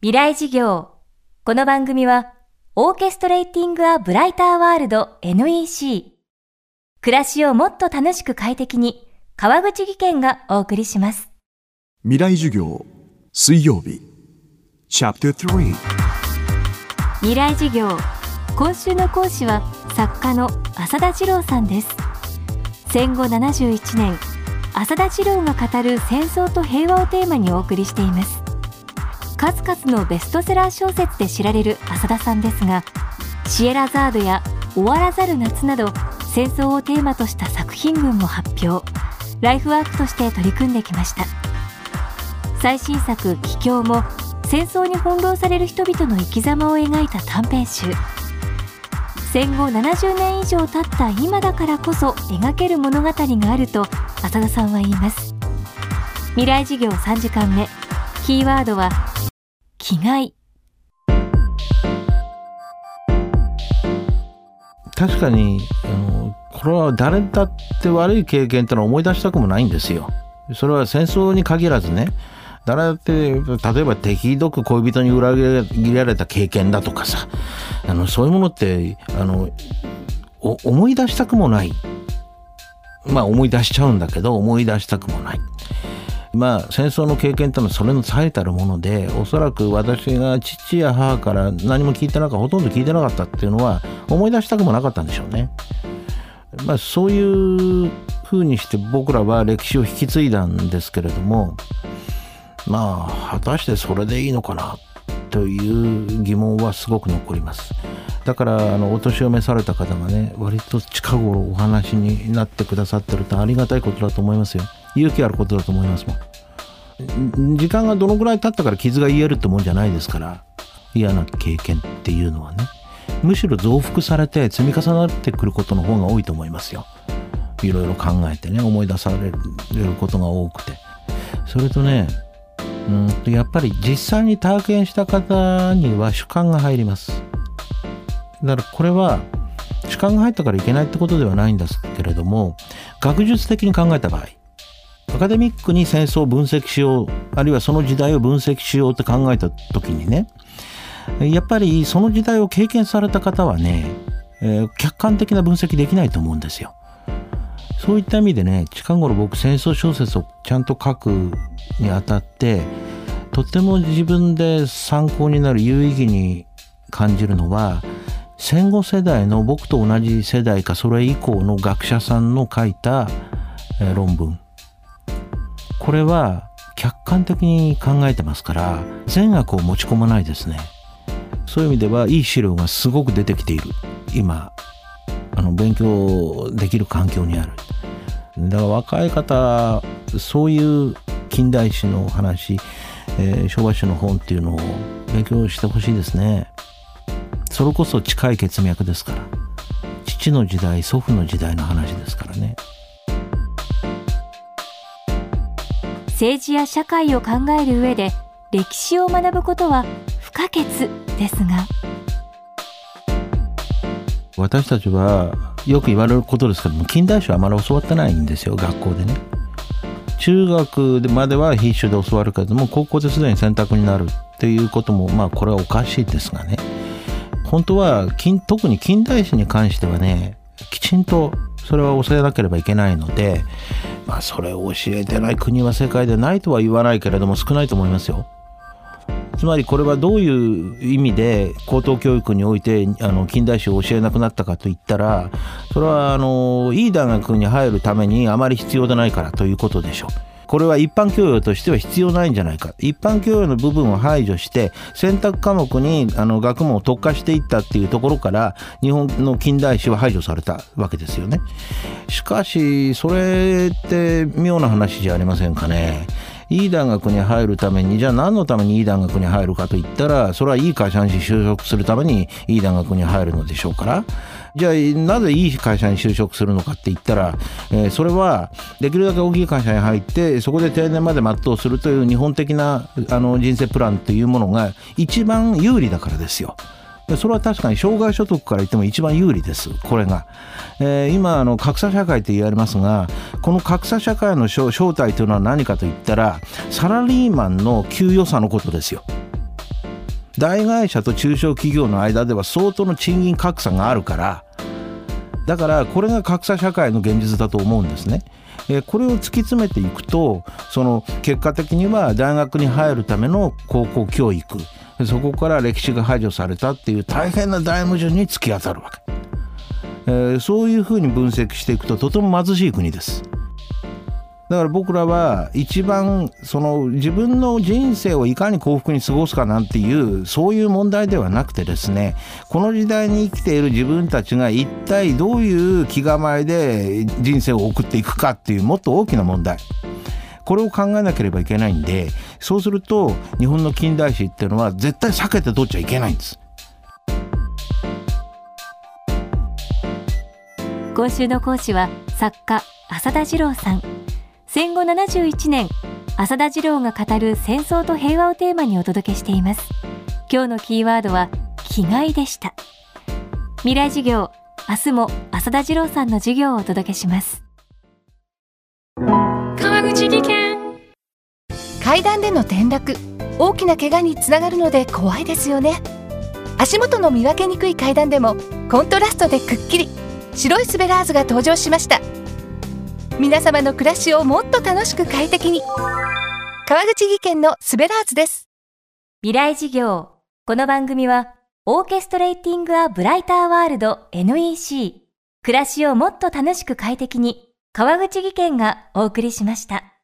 未来事業。この番組はオーケストレーティング・ア・ブライター・ワールド NEC 暮らしをもっと楽しく快適に川口義賢がお送りします。 未来授業水曜日チャプター3 未来事業。今週の講師は作家の浅田次郎さんです。戦後71年、浅田次郎が語る戦争と平和をテーマにお送りしています。数々のベストセラー小説で知られる浅田さんですが、シエラザードや終わらざる夏など戦争をテーマとした作品群も発表、ライフワークとして取り組んできました。最新作帰郷も戦争に翻弄される人々の生き様を描いた短編集。戦後70年以上経った今だからこそ描ける物語があると浅田さんは言います。未来事業3時間目、キーワードは気概。 確かにこれは誰だって悪い経験ってのは思い出したくもないんですよ。それは戦争に限らずね、誰だって例えば敵どく恋人に裏切られた経験だとかさ、そういうものって思い出したくもない。思い出しちゃうんだけど思い出したくもない。戦争の経験というのはそれの最たるもので、おそらく私が父や母から何も聞いてなかった、ほとんど聞いてなかったっていうのは思い出したくもなかったんでしょうね。そういうふうにして僕らは歴史を引き継いだんですけれども、果たしてそれでいいのかなという疑問はすごく残ります。だからお年を召された方がね、割と近頃お話になってくださってるとありがたいことだと思いますよ。勇気あることだと思いますもん。時間がどのぐらい経ったから傷が癒えるってもんじゃないですから、嫌な経験っていうのはね、むしろ増幅されて積み重なってくることの方が多いと思いますよ。いろいろ考えてね、思い出されることが多くて、それとね、やっぱり実際に体験した方には主観が入ります。だからこれは主観が入ったからいけないってことではないんですけれども、学術的に考えた場合、アカデミックに戦争を分析しよう、あるいはその時代を分析しようって考えた時にね、やっぱりその時代を経験された方はね、客観的な分析できないと思うんですよ。そういった意味でね、近頃僕戦争小説をちゃんと書くにあたってとても自分で参考になる、有意義に感じるのは、戦後世代の僕と同じ世代かそれ以降の学者さんの書いた論文、これは客観的に考えてますから善悪を持ち込まないですね。そういう意味ではいい資料がすごく出てきている。今勉強できる環境にある。だから若い方、そういう近代史の話、昭和史の本っていうのを勉強してほしいですね。それこそ近い血脈ですから、父の時代祖父の時代の話ですからね。 政治や社会を考える上で歴史を学ぶことは不可欠ですが、 私たちはよく言われることですけども、近代史はあまり教わってないんですよ、学校でね。中学までは必修で教わるけれども、高校ですでに選択になるっていうこともこれはおかしいですがね、本当は特に近代史に関してはね、きちんとそれは教えなければいけないので、それを教えてない国は世界でないとは言わないけれども少ないと思いますよ。つまりこれはどういう意味で高等教育において近代史を教えなくなったかといったら、それはいい大学に入るためにあまり必要でないからということでしょう。これは一般教養としては必要ないんじゃないか。一般教養の部分を排除して選択科目に学問を特化していったっていうところから日本の近代史は排除されたわけですよね。しかしそれって妙な話じゃありませんかね。いい大学に入るために、じゃあ何のためにいい大学に入るかといったら、それはいい会社に就職するためにいい大学に入るのでしょうから、じゃあなぜいい会社に就職するのかって言ったら、それはできるだけ大きい会社に入ってそこで定年まで全うするという日本的な人生プランというものが一番有利だからですよ。それは確かに生涯所得から言っても一番有利です。これが、今格差社会と言われますが、この格差社会の正体というのは何かと言ったら、サラリーマンの給与差のことですよ。 大会社と中小企業の間では相当の賃金格差があるから、だからこれが格差社会の現実だと思うんですね。これを突き詰めていくと、その結果的には大学に入るための高校教育、そこから歴史が排除されたっていう大変な大矛盾に突き当たるわけ。そういうふうに分析していくととても貧しい国です。だから僕らは一番その自分の人生をいかに幸福に過ごすかなんていうそういう問題ではなくてですね、この時代に生きている自分たちが一体どういう気構えで人生を送っていくかっていうもっと大きな問題、これを考えなければいけないんで、そうすると日本の近代史っていうのは絶対避けて取っちゃいけないんです。 今週の講師は作家浅田次郎さん。戦後71年、浅田次郎が語る戦争と平和をテーマにお届けしています。今日のキーワードは気概でした。未来授業、明日も浅田次郎さんの授業をお届けします。 川口技研。階段での転落、大きな怪我につながるので怖いですよね。足元の見分けにくい階段でもコントラストでくっきり白いスベラーズが登場しました。皆様の暮らしをもっと楽しく快適に、川口技研のスベラーズです。 未来授業。この番組はオーケストレーティングアブライターワールド NEC、 暮らしをもっと楽しく快適に、川口技研がお送りしました。